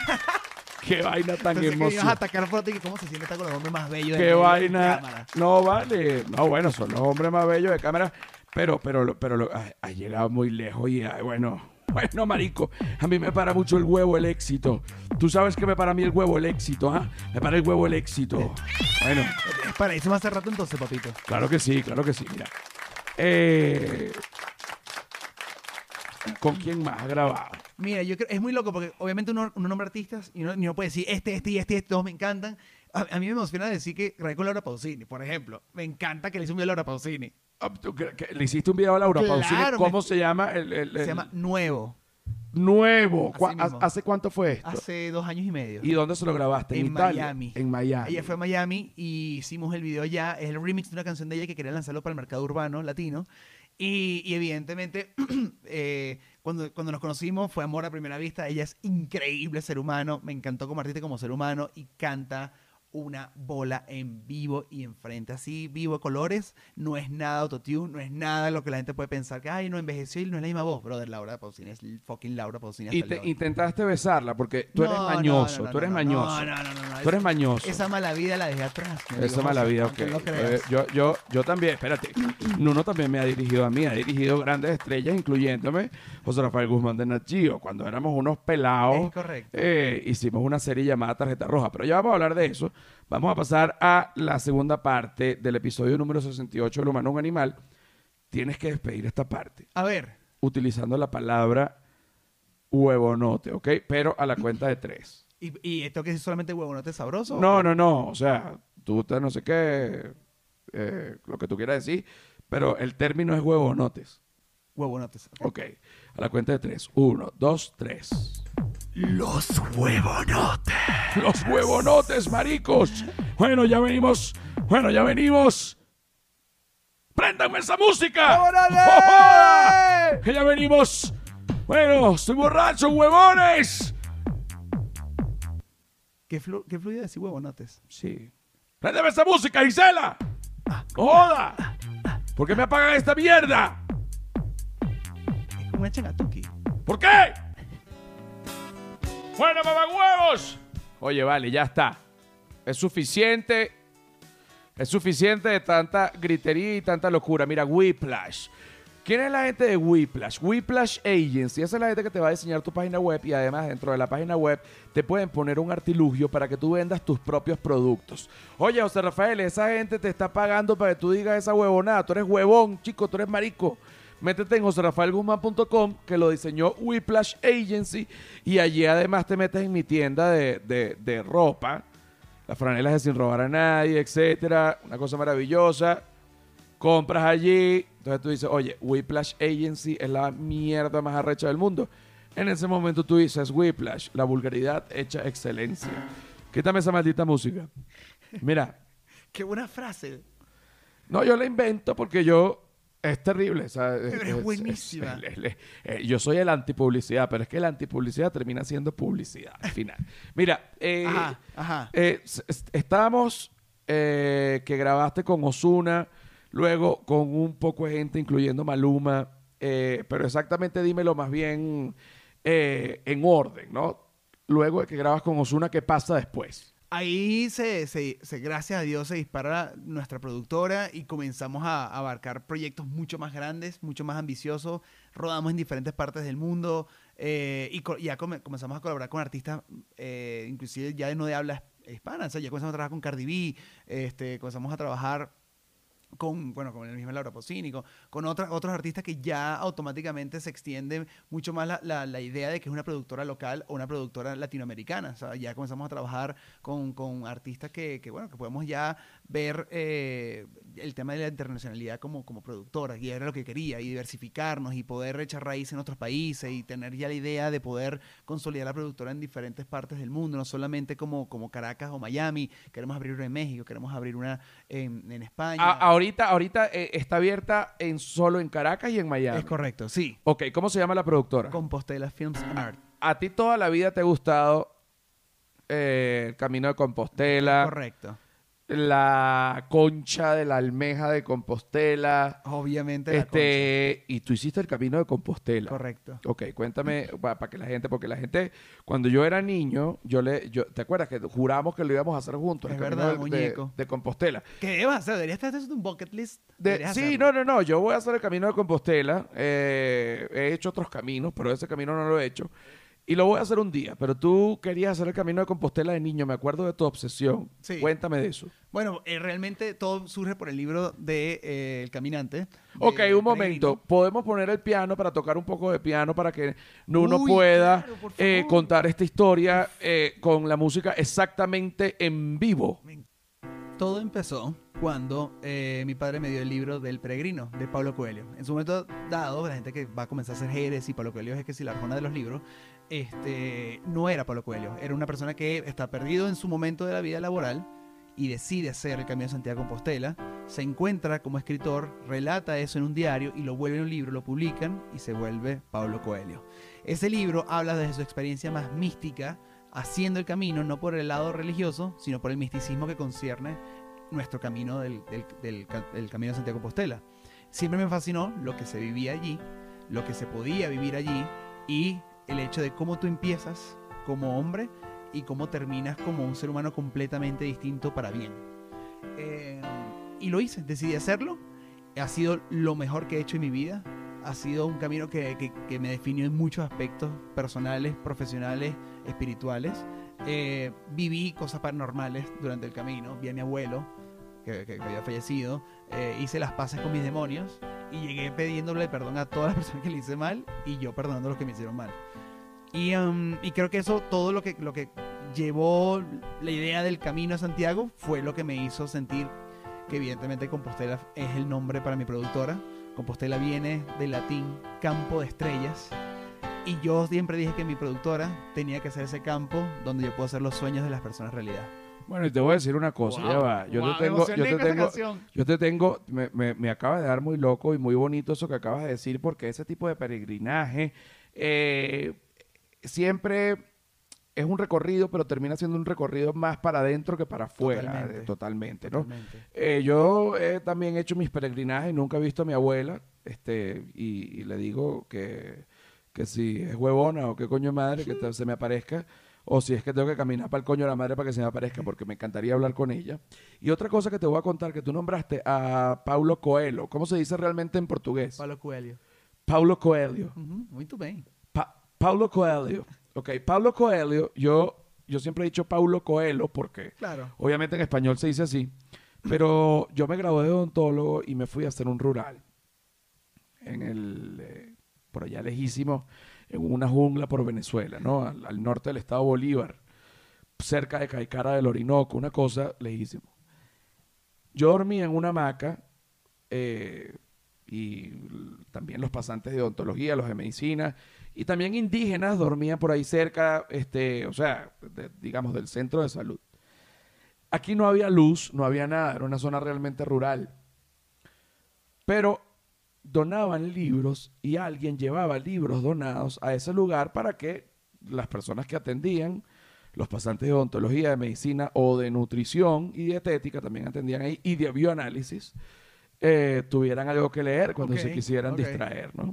Qué vaina tan Pensé que me ibas a hermosa. atacar por ti, que cómo se siente estar con los hombres más bellos Qué de la vaina. cámara. No, vale. No, bueno, son los hombres más bellos de cámara. Pero, pero, lo- pero, lo- ay, has llegado muy lejos y, ay, bueno. Bueno, marico, a mí me para mucho el huevo el éxito. Tú sabes que me para a mí el huevo el éxito, ¿ah? Me para el huevo el éxito. Bueno, Es para eso hace rato entonces, papito. claro que sí, claro que sí, mira. Eh, ¿Con quién más ha grabado? Mira, yo creo, es muy loco porque obviamente uno, uno nombra artistas y uno, y uno puede decir este, este y este, y este, todos me encantan. A, a mí me emociona decir que grabé con Laura Pausini, por ejemplo. Me encanta que le hice un video a Laura Pausini. Ah, ¿tú cre- que ¿Le hiciste un video a Laura Claro, Pausini? me- ¿Cómo se llama? El, el- Se el- llama Nuevo. Nuevo. Así ¿Cuá- mismo. ¿Hace cuánto fue esto? Hace dos años y medio. ¿Y dónde se lo grabaste? ¿En, En Italia? Miami. En Miami. Ella fue a Miami y hicimos el video allá. Es el remix de una canción de ella que quería lanzarlo para el mercado urbano latino. Y, y evidentemente, eh, cuando, cuando nos conocimos fue amor a primera vista. Ella es increíble ser humano. Me encantó como artista y como ser humano. Y canta una bola en vivo y enfrente, así, vivo de colores. No es nada autotune, no es nada lo que la gente puede pensar que, ay, no envejeció y no es la misma voz. Brother, Laura Pausini es el fucking Laura Pausini hasta Y el te día de hoy. intentaste besarla porque tú eres No, no, mañoso, no, no, tú eres no, no, mañoso. No, no, no, no, no. Tú eres mañoso. Esa mala vida la dejé atrás. mi Esa amigo mala José, vida, aunque ok. no creas. Eh, yo, yo, yo también, espérate. Nuno también me ha dirigido a mí, ha dirigido grandes estrellas, incluyéndome José Rafael Guzmán de Nat Geo. Cuando éramos unos pelados, Es correcto. eh, hicimos una serie llamada Tarjeta Roja. Pero ya vamos a hablar de eso. Vamos a pasar a la segunda parte del episodio número sesenta y ocho, El humano un animal. Tienes que despedir esta parte A ver, utilizando la palabra huevonote, ¿ok? Pero a la cuenta de tres. ¿y, y esto que es solamente huevonote sabroso? No, no, no. O sea, tú te no sé qué, eh, lo que tú quieras decir, pero el término es huevonotes. Huevonotes. Ok. A la cuenta de tres. Uno, dos, tres. Los huevonotes. Los huevonotes, maricos. Bueno, ya venimos. Bueno, ya venimos. ¡Préndanme esa música! ¡Órale! ¡Que ya venimos! Bueno, estoy borracho, huevones. ¿Qué, flu ¿Qué fluido decir huevonotes? Sí. ¡Préndeme esa música, Gisela! ¡No joda! ¿Por qué me apagan esta mierda? Es como una changatuki. ¿Por qué? Bueno, huevos. Oye, vale, ya está. Es suficiente. Es suficiente de tanta gritería y tanta locura. Mira, Whiplash. ¿Quién es la gente de Whiplash? Whiplash Agency. Esa es la gente que te va a diseñar tu página web y además dentro de la página web te pueden poner un artilugio para que tú vendas tus propios productos. Oye, José Rafael, esa gente te está pagando para que tú digas esa huevonada. Tú eres huevón, chico, tú eres marico. Métete en jose rafael guzmán punto com, que lo diseñó Whiplash Agency, y allí además te metes en mi tienda de, de, de ropa, las franelas de Sin Robar a Nadie, etcétera, una cosa maravillosa. Compras allí, entonces tú dices, oye, Whiplash Agency es la mierda más arrecha del mundo. En ese momento tú dices, Whiplash, la vulgaridad hecha excelencia. Quítame esa maldita música. Mira, Qué buena frase. no, yo la invento porque yo... Es terrible. O sea, es, Pero es buenísima. es- es- es- eh, yo soy el antipublicidad, pero es que la antipublicidad termina siendo publicidad al final. Mira, eh, Ajá, ajá. eh, s- s- estábamos eh, que grabaste con Ozuna, luego con un poco de gente, incluyendo Maluma, eh, pero exactamente dímelo más bien eh, en orden, ¿no? Luego de que grabas con Ozuna, ¿qué pasa después? Ahí, se, se, se, gracias a Dios, se dispara nuestra productora y comenzamos a, a abarcar proyectos mucho más grandes, mucho más ambiciosos. Rodamos en diferentes partes del mundo eh, y co ya come comenzamos a colaborar con artistas, eh, inclusive ya de no de habla hispana. O sea, ya comenzamos a trabajar con Cardi B, este, comenzamos a trabajar con, bueno, con el mismo Laura Pausini, con, con otras, otros artistas que ya automáticamente se extiende mucho más la, la, la idea de que es una productora local o una productora latinoamericana. O sea, ya comenzamos a trabajar con, con artistas que, que, bueno, que podemos ya ver eh, el tema de la internacionalidad como, como productora, y era lo que quería, y diversificarnos y poder echar raíz en otros países y tener ya la idea de poder consolidar la productora en diferentes partes del mundo, no solamente como, como Caracas o Miami. Queremos abrir una en México, queremos abrir una en, en España. A- ahorita ahorita eh, está abierta en solo en Caracas y en Miami. Es correcto, sí. Ok, ¿cómo se llama la productora? Compostela Films and Art. A ti toda la vida te ha gustado eh, el Camino de Compostela, Correcto. la concha de la almeja de Compostela, Obviamente la este, y tú hiciste el Camino de Compostela. concha. Correcto. Ok, cuéntame para que la gente, porque la gente, cuando yo era niño, yo le, yo, ¿te acuerdas que juramos que lo íbamos a hacer juntos? Es el Camino verdad, de- de, muñeco. de Compostela. ¿Qué debes hacer? Deberías estar haciendo un bucket list. De- Deberías sí, hacerlo. no, no, no. Yo voy a hacer el Camino de Compostela. Eh, he hecho otros caminos, pero ese camino no lo he hecho. Y lo voy a hacer un día. Pero tú querías hacer el Camino de Compostela de niño. Me acuerdo de tu obsesión. Sí. Cuéntame de eso. Bueno, eh, realmente todo surge por el libro de eh, El Caminante. de Ok, un momento. Pellegrino. Podemos poner el piano para tocar un poco de piano para que uno Uy, pueda claro, por eh, favor. contar esta historia eh, con la música exactamente en vivo. Todo empezó cuando eh, mi padre me dio el libro del Peregrino, de Paulo Coelho. En su momento dado, la gente que va a comenzar a hacer Jerez y Paulo Coelho es que si la arjona de los libros, este, no era Paulo Coelho, era una persona que está perdido en su momento de la vida laboral y decide hacer el Camino de Santiago de Compostela, se encuentra como escritor, relata eso en un diario y lo vuelve en un libro, lo publican y se vuelve Paulo Coelho. Ese libro habla de su experiencia más mística haciendo el camino, no por el lado religioso, sino por el misticismo que concierne nuestro camino del, del, del, del Camino de Santiago de Compostela. Siempre me fascinó lo que se vivía allí, lo que se podía vivir allí y el hecho de cómo tú empiezas como hombre y cómo terminas como un ser humano completamente distinto para bien. Eh, y lo hice, decidí hacerlo. Ha sido lo mejor que he hecho en mi vida. Ha sido un camino que, que, que me definió en muchos aspectos personales, profesionales, espirituales. Eh, viví cosas paranormales durante el camino. Vi a mi abuelo, que, que, que había fallecido. Eh, hice las paces con mis demonios y llegué pidiéndole perdón a todas las personas que le hice mal y yo perdonando a los que me hicieron mal. Y, um, y creo que eso, todo lo que, lo que llevó la idea del Camino a Santiago fue lo que me hizo sentir que evidentemente Compostela es el nombre para mi productora. Compostela viene del latín campo de estrellas. Y yo siempre dije que mi productora tenía que ser ese campo donde yo puedo hacer los sueños de las personas realidad. Bueno, y te voy a decir una cosa, Wow, ya va. Yo wow, te tengo, yo te tengo, yo te tengo, me, me, me acaba de dar muy loco y muy bonito eso que acabas de decir, porque ese tipo de peregrinaje eh, siempre es un recorrido, pero termina siendo un recorrido más para adentro que para afuera, Totalmente, eh, totalmente, ¿no? Totalmente. Eh, yo he también hecho mis peregrinajes, nunca he visto a mi abuela, este, y, y le digo que, que si es huevona o qué coño de madre que te- se me aparezca, o si es que tengo que caminar para el coño de la madre para que se me aparezca, porque me encantaría hablar con ella. Y otra cosa que te voy a contar, que tú nombraste a Paulo Coelho. ¿Cómo se dice realmente en portugués? Paulo Coelho. Paulo Coelho. Uhum, muito bem. Pa- Paulo Coelho. Ok, Paulo Coelho, yo, yo siempre he dicho Paulo Coelho porque Claro. obviamente en español se dice así, pero yo me gradué de odontólogo y me fui a hacer un rural en el, eh, por allá lejísimo, en una jungla por Venezuela, ¿no? Al, al norte del estado Bolívar, cerca de Caicara del Orinoco, una cosa lejísimo. Yo dormía en una hamaca eh, y l- también los pasantes de odontología, los de medicina y también indígenas dormían por ahí cerca, este, o sea, de- digamos, del centro de salud. Aquí no había luz, no había nada, era una zona realmente rural. Pero donaban libros y alguien llevaba libros donados a ese lugar para que las personas que atendían, los pasantes de odontología, de medicina o de nutrición y dietética también atendían ahí y de bioanálisis, eh, tuvieran algo que leer cuando Ok, se quisieran ok. distraer, ¿no?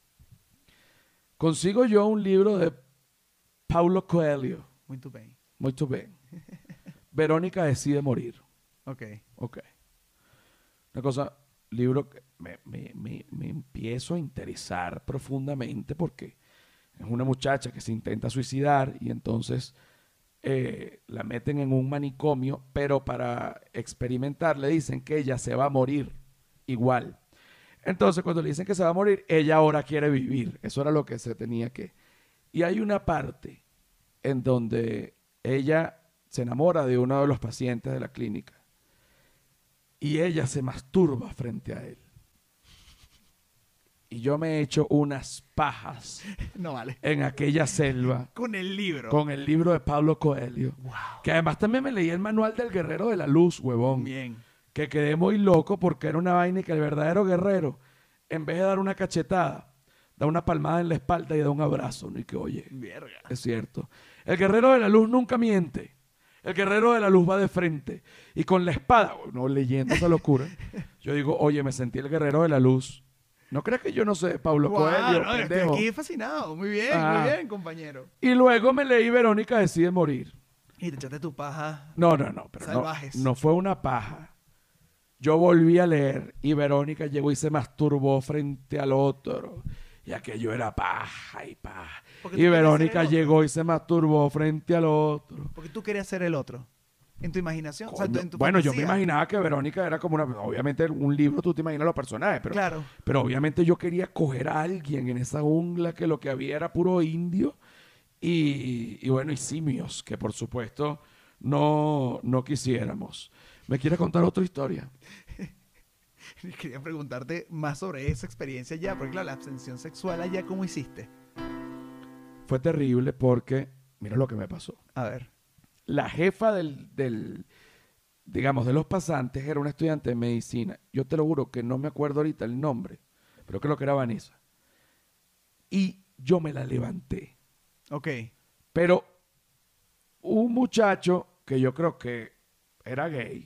Consigo yo un libro de Paulo Coelho, Muito bem. muy bien. Verónica decide morir. Ok. Ok. Una cosa, libro que me, me- me- me empiezo a interesar profundamente porque es una muchacha que se intenta suicidar y entonces eh, la meten en un manicomio, pero para experimentar le dicen que ella se va a morir igual. Entonces cuando le dicen que se va a morir, ella ahora quiere vivir. Eso era lo que se tenía que... Y hay una parte en donde ella se enamora de uno de los pacientes de la clínica y ella se masturba frente a él. Y yo me he hecho unas pajas No vale. en aquella selva Con el libro. con el libro de Pablo Coelho. Wow. Que además también me leí el manual del guerrero de la luz, huevón. Bien. Que quedé muy loco porque era una vaina y que el verdadero guerrero, en vez de dar una cachetada, da una palmada en la espalda y da un abrazo, ¿no? Y que, oye, Verga. es cierto. El guerrero de la luz nunca miente. El guerrero de la luz va de frente. Y con la espada, no leyendo esa locura, yo digo, oye, me sentí el guerrero de la luz. ¿No crees que yo no sé, Pablo Wow, Coelho, no, estoy pendejo? aquí fascinado. Muy bien, Ah. muy bien, compañero. Y luego me leí Verónica decide morir. Y te echaste tu paja. No, no, no, pero no, Salvajes. no fue una paja. Yo volví a leer y Verónica llegó y se masturbó frente al otro. Y aquello era paja y paja. Porque tú Y querías Verónica ser el otro. llegó y se masturbó frente al otro. Porque tú querías ser el otro. En tu imaginación. O sea, Coño, en tu bueno, yo me fantasía. imaginaba que Verónica era como una... Obviamente un libro tú te imaginas los personajes, pero, Claro. pero obviamente yo quería coger a alguien en esa jungla que lo que había era puro indio y, y bueno, y simios, que por supuesto no, no quisiéramos. ¿Me quieres contar otra historia? Quería preguntarte más sobre esa experiencia allá, porque claro, la abstención sexual allá, ¿cómo hiciste? Fue terrible porque, mira lo que me pasó. A ver. La jefa del, del, digamos, de los pasantes era una estudiante de medicina. Yo te lo juro que no me acuerdo ahorita el nombre, pero creo que era Vanessa. Y yo me la levanté. Ok. Pero un muchacho que yo creo que era gay,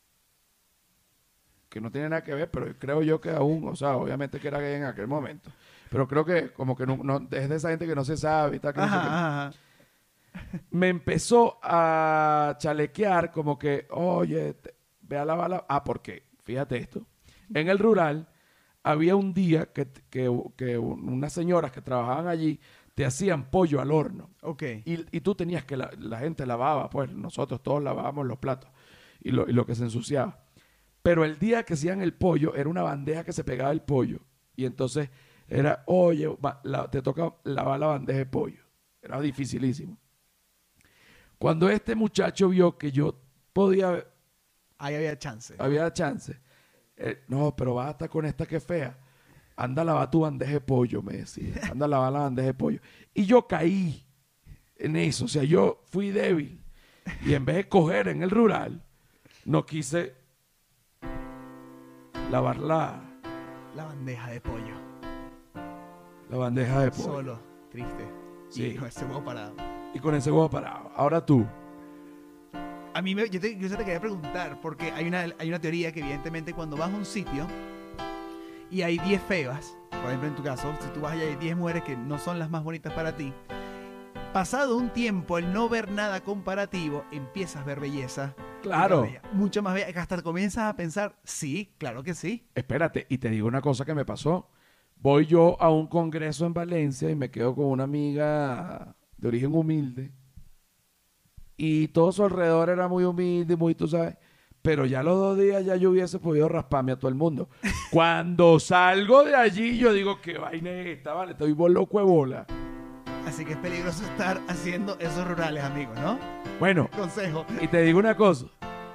que no tiene nada que ver, pero creo yo que aún, o sea, obviamente que era gay en aquel momento, pero creo que como que no, no- es de esa gente que no se sabe y tal, que no sé qué. Ajá, ajá. Me empezó a chalequear como que, oye, te- ve a la bala. Ah, porque, fíjate esto, en el rural había un día que, que, que unas señoras que trabajaban allí te hacían pollo al horno. Ok. Y, y tú tenías que, la, la gente lavaba, pues nosotros todos lavábamos los platos y lo, y lo que se ensuciaba. Pero el día que hacían el pollo, era una bandeja que se pegaba el pollo. Y entonces era, oye, va, la- te toca lavar la bandeja de pollo. Era dificilísimo. Cuando este muchacho vio que yo podía, Ahí había chance. había chance, eh, no, pero basta con esta que es fea. Anda a lavar tu bandeja de pollo, me decía. Anda a lavar la bandeja de pollo. Y yo caí en eso. O sea, yo fui débil. Y en vez de coger en el rural, no quise lavar la, La bandeja de pollo. la bandeja de pollo. Solo. Triste. Sí. Y con ese huevo parado. Y con ese huevo parado. Ahora tú. A mí, me, yo, te, yo te quería preguntar, porque hay una, hay una teoría que evidentemente cuando vas a un sitio y hay diez feas, por ejemplo en tu caso, si tú vas allá y hay diez mujeres que no son las más bonitas para ti, pasado un tiempo, el no ver nada comparativo, empiezas a ver belleza. Claro. Bella, mucho más bella, que hasta comienzas a pensar, sí, claro que sí. Espérate, y te digo una cosa que me pasó. Voy yo a un congreso en Valencia y me quedo con una amiga de origen humilde. Y todo su alrededor era muy humilde, muy, tú sabes. Pero ya los dos días ya yo hubiese podido rasparme a todo el mundo. Cuando salgo de allí, yo digo, qué vaina es esta, vale, estoy por loco de bola. Así que es peligroso estar haciendo esos rurales, amigos, ¿no? Bueno, Consejo. y te digo una cosa.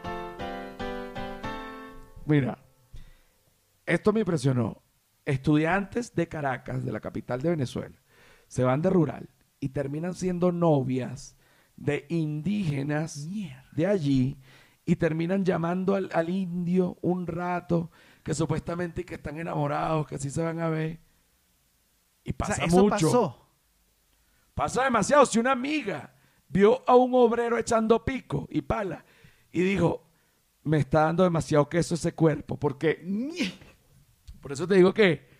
Mira, esto me impresionó. Estudiantes de Caracas, de la capital de Venezuela, se van de rural y terminan siendo novias de indígenas Mierda. de allí y terminan llamando al, al indio un rato que supuestamente que están enamorados, que así se van a ver. Y O pasa sea, eso mucho. pasó. Pasa demasiado. Si una amiga vio a un obrero echando pico y pala y dijo, me está dando demasiado queso ese cuerpo, porque por eso te digo que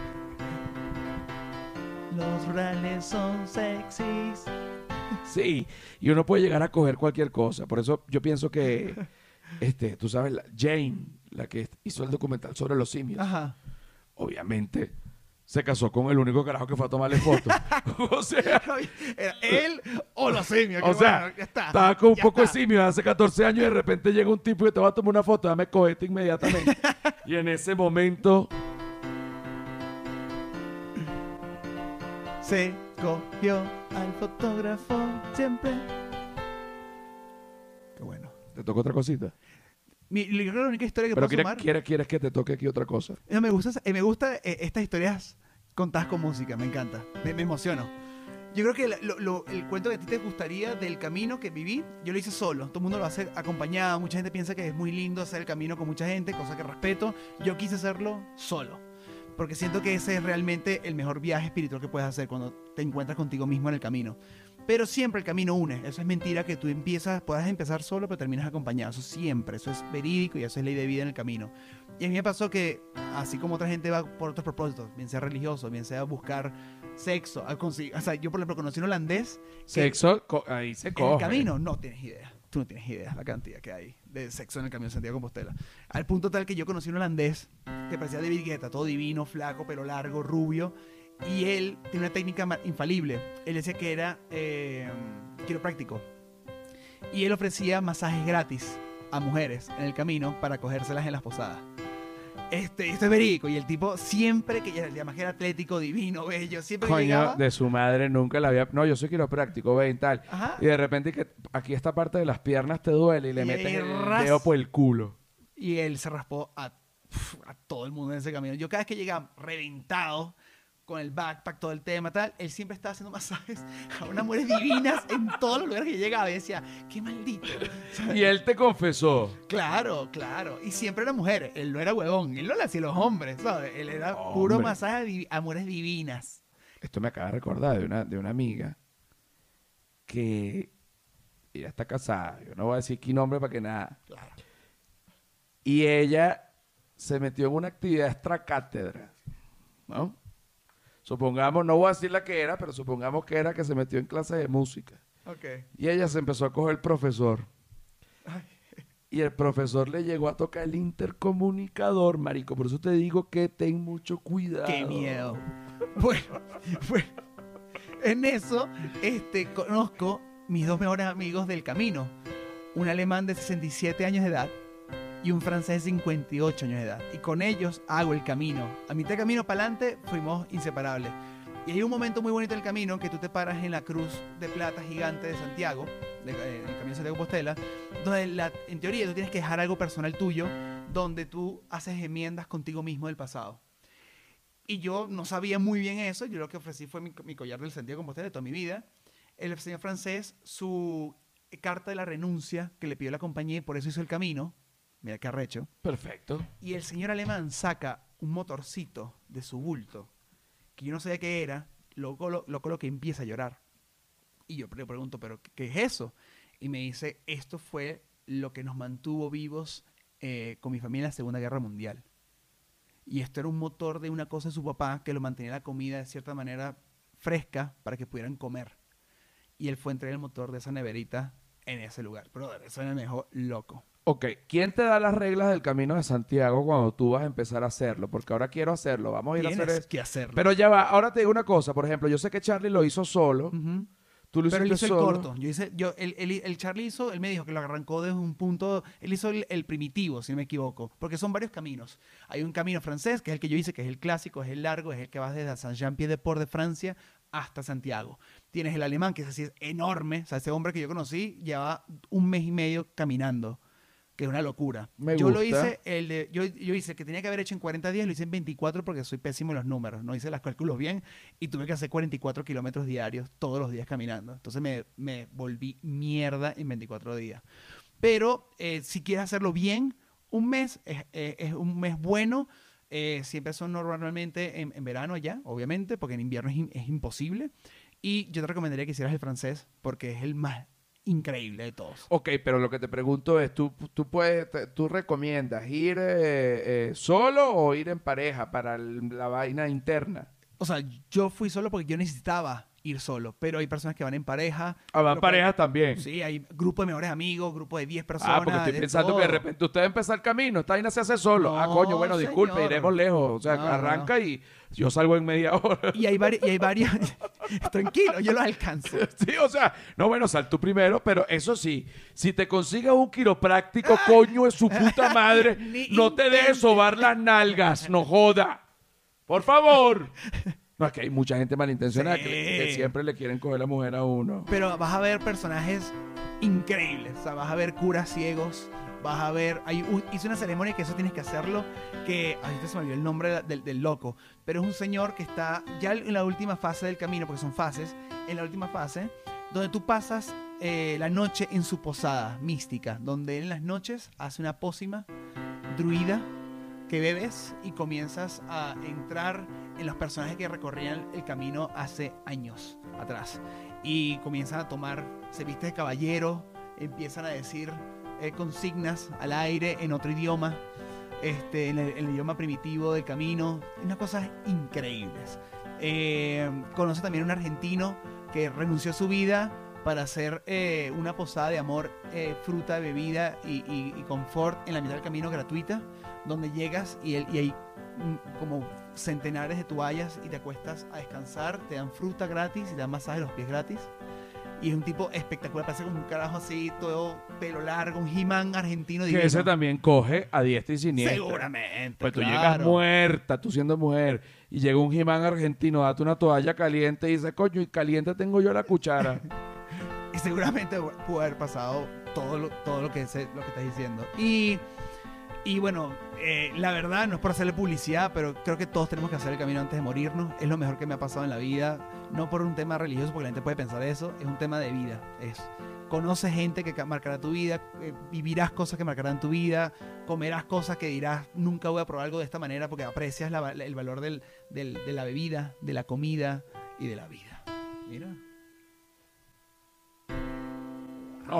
Los rurales son sexys. sí, y uno puede llegar a coger cualquier cosa. Por eso yo pienso que, este, tú sabes, la- Jane, la que hizo el documental sobre los simios, Ajá. obviamente se casó con el único carajo que fue a tomarle fotos. O sea, Era él o los simios. o que sea, bueno, ya está. estaba con un Ya poco de está. simio hace catorce años y de repente llega un tipo y te va a tomar una foto, dame cogete inmediatamente. Y en ese momento, Se cogió al fotógrafo siempre. Qué bueno. te toca otra cosita. Mi, yo creo que la única historia que Pero puedo quieres, sumar... quieres, quieres que te toque aquí otra cosa. No, me gusta, eh, me gusta eh, estas historias contadas con música, me encanta. Me, me emociono. Yo creo que la- lo- lo- el cuento que a ti te gustaría del camino que viví, yo lo hice solo. Todo el mundo lo hace acompañado. Mucha gente piensa que es muy lindo hacer el camino con mucha gente, cosa que respeto. Yo quise hacerlo solo. Porque siento que ese es realmente el mejor viaje espiritual que puedes hacer cuando te encuentras contigo mismo en el camino. Pero siempre el camino une. Eso es mentira que tú empiezas, puedas empezar solo, pero terminas acompañado. Eso siempre, eso es verídico y eso es ley de vida en el camino. Y a mí me pasó que, así como otra gente va por otros propósitos, bien sea religioso, bien sea buscar sexo, a conseguir, o sea, yo por ejemplo conocí un holandés que Sexo, co- ahí se en coge. el camino no tienes idea. Tú no tienes idea la cantidad que hay de sexo en el camino de Santiago de Compostela. Al punto tal que yo conocí un holandés que parecía David Guetta, todo divino, flaco, pelo largo, rubio. Y él tiene una técnica ma- infalible. Él decía que era eh, quiropráctico. Y él ofrecía masajes gratis a mujeres en el camino para cogérselas en las posadas. Este, esto es verídico. Y el tipo siempre, que ya además que era atlético, divino, bello, siempre que Coño, llegaba... de su madre nunca la había... No, yo soy quiropráctico, ve y tal. Ajá. Y de repente que aquí esta parte de las piernas te duele y le Y metes ahí el ras- dedo por el culo. Y él se raspó a, a todo el mundo en ese camino. Yo cada vez que llegaba reventado, con el backpack, todo el tema, tal, él siempre estaba haciendo masajes a unas mujeres divinas en todos los lugares que yo llegaba. Y decía, qué maldito. O sea, Y él te confesó. claro, claro. Y siempre eran mujeres. Él no era huevón. Él no le hacía a los hombres, ¿sabes? Él era puro Hombre. masaje a, divi- a mujeres divinas. Esto me acaba de recordar de una, de una amiga que ella está casada. Yo no voy a decir qué nombre para que nada. Claro. Y ella se metió en una actividad extracátedra, ¿no? Supongamos, no voy a decir la que era, pero supongamos que era que se metió en clase de música. Ok. Y ella se empezó a coger el profesor. Ay. Y el profesor le llegó a tocar el intercomunicador, marico. Por eso te digo que ten mucho cuidado. Qué miedo. Bueno, bueno. En eso, este, conozco mis dos mejores amigos del camino. Un alemán de sesenta y siete años de edad y un francés de cincuenta y ocho años de edad. Y con ellos hago el camino. A mitad de camino para adelante fuimos inseparables. Y hay un momento muy bonito del camino que tú te paras en la cruz de plata gigante de Santiago, de, eh, el camino de Santiago de Compostela, donde la, en teoría tú tienes que dejar algo personal tuyo, donde tú haces enmiendas contigo mismo del pasado. Y yo no sabía muy bien eso. Yo lo que ofrecí fue mi, mi collar del Santiago de Compostela de toda mi vida. El señor francés, su carta de la renuncia que le pidió la compañía y por eso hizo el camino. Mira qué arrecho. Perfecto. Y el señor alemán saca un motorcito de su bulto, que yo no sabía qué era, lo colo, lo colo que empieza a llorar. Y yo le pregunto, ¿pero qué es eso? Y me dice, esto fue lo que nos mantuvo vivos eh, con mi familia en la Segunda Guerra Mundial. Y esto era un motor de una cosa de su papá que lo mantenía la comida de cierta manera fresca para que pudieran comer. Y él fue a entregar el motor de esa neverita en ese lugar. Brother, eso me dejó loco. Ok, ¿quién te da las reglas del Camino de Santiago cuando tú vas a empezar a hacerlo? Porque ahora quiero hacerlo, vamos a ir a hacer Tienes eso. que hacerlo. Pero ya va, ahora te digo una cosa, por ejemplo, yo sé que Charlie lo hizo solo, Ujú. tú lo Pero él hiciste hizo el solo. corto. Yo hice, yo, el, el, el Charlie hizo, él me dijo que lo arrancó desde un punto, él hizo el, el primitivo, si no me equivoco, porque son varios caminos. Hay un camino francés, que es el que yo hice, que es el clásico, es el largo, es el que va desde Saint-Jean-Pied-de-Port de Francia hasta Santiago. Tienes el alemán, que es así, es enorme, o sea, ese hombre que yo conocí lleva un mes y medio caminando, que es una locura. Me yo lo gusta. hice, el de, yo, yo hice el que tenía que haber hecho en cuarenta días, lo hice en veinticuatro porque soy pésimo en los números, no hice los cálculos bien y tuve que hacer cuarenta y cuatro kilómetros diarios todos los días caminando. Entonces me, me volví mierda en veinticuatro días. Pero eh, si quieres hacerlo bien, un mes es, es, es un mes bueno. Eh, siempre son normalmente en, en verano ya, obviamente, porque en invierno es, in, es imposible. Y yo te recomendaría que hicieras el francés porque es el más increíble de todos. Ok, pero lo que te pregunto es, ¿tú, tú, puedes, te- tú recomiendas ir eh, eh, solo o ir en pareja para el- la vaina interna? O sea, yo fui solo porque yo necesitaba ir solo, pero hay personas que van en pareja. Ah, van lo cual- parejas también. Sí, hay grupo de mejores amigos, grupo de diez personas. Ah, porque estoy de pensando todo. que de repente usted empieza el camino, esta vaina se hace solo. ah, No, coño, bueno, disculpe, señor. iremos lejos. O sea, No, no, arranca y yo salgo en media hora. Y hay, vari y hay varias... Tranquilo, yo los alcanzo. Sí, o sea, no, bueno, sal tú primero, pero eso sí, si te consigues un quiropráctico, coño de su puta madre, Ni no te dejes intentes. sobar las nalgas, no joda. Por favor. No, es que hay mucha gente malintencionada Sí. que, que siempre le quieren coger la mujer a uno. Pero vas a ver personajes increíbles. O sea, vas a ver curas ciegos. Vas a ver... Hay un- hice una ceremonia que eso tienes que hacerlo. Que... Ay, este se me olvidó el nombre del, del loco. Pero es un señor que está ya en la última fase del camino, porque son fases. En la última fase, donde tú pasas eh, la noche en su posada mística. Donde él en las noches hace una pócima druida que bebes y comienzas a entrar en los personajes que recorrían el camino hace años atrás. Y comienzan a tomar, se viste de caballero, empiezan a decir eh, consignas al aire en otro idioma, este, en, el, en el idioma primitivo del camino, unas cosas increíbles. Eh, conoce también un argentino que renunció a su vida para hacer eh, una posada de amor, eh, fruta, bebida y, y, y confort en la mitad del camino gratuita, donde llegas y, el, y hay mm, como centenares de toallas y te acuestas a descansar, te dan fruta gratis y te dan masaje de los pies gratis Y es un tipo espectacular, parece como un carajo así, todo pelo largo, un He-Man argentino Que divino. ese también coge a diestra y siniestra. Seguramente. Pues tú claro. llegas muerta, tú siendo mujer, y llega un He-Man argentino, date una toalla caliente y dice, coño, y caliente tengo yo la cuchara. Y seguramente pudo haber pasado todo lo, todo lo, que, se, lo que estás diciendo. Y, y bueno, eh, la verdad, no es por hacerle publicidad, pero creo que todos tenemos que hacer el camino antes de morirnos. Es lo mejor que me ha pasado en la vida. No por un tema religioso, porque la gente puede pensar eso. Es un tema de vida. Es, conoces gente que marcará tu vida, eh, vivirás cosas que marcarán tu vida, comerás cosas que dirás, nunca voy a probar algo de esta manera, porque aprecias la, el valor del, del, de la bebida, de la comida y de la vida. Mira. ¡No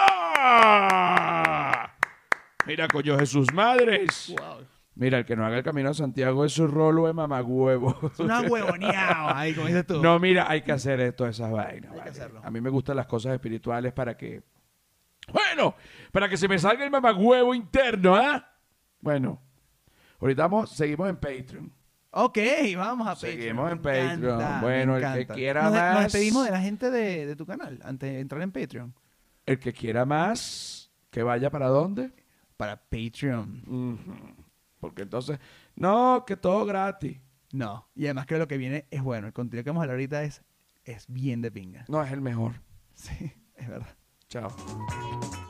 joda! Mira, coño, Jesús Madres. Wow. Mira, el que no haga el camino a Santiago es su rolo de mamagüevo. Es una huevoneada ahí, como dices tú. No, mira, hay que hacer esto, esas vainas. Hay que vale. hacerlo. A mí me gustan las cosas espirituales para que... Bueno, para que se me salga el mamagüevo interno, ¿ah? Bueno, ahorita vamos, seguimos en Patreon. Ok, vamos a Patreon. Seguimos en Me Patreon. encanta, Bueno, me el que encanta. quiera nos, de- más- Nos despedimos de la gente de, de tu canal antes de entrar en Patreon. El que quiera más, que vaya para dónde. Para Patreon. Ujú. Porque entonces, no, que todo gratis. No. Y además creo que lo que viene es bueno. El contenido que vamos a hablar ahorita es, es bien de pinga. No, es el mejor. Sí, es verdad. Chao.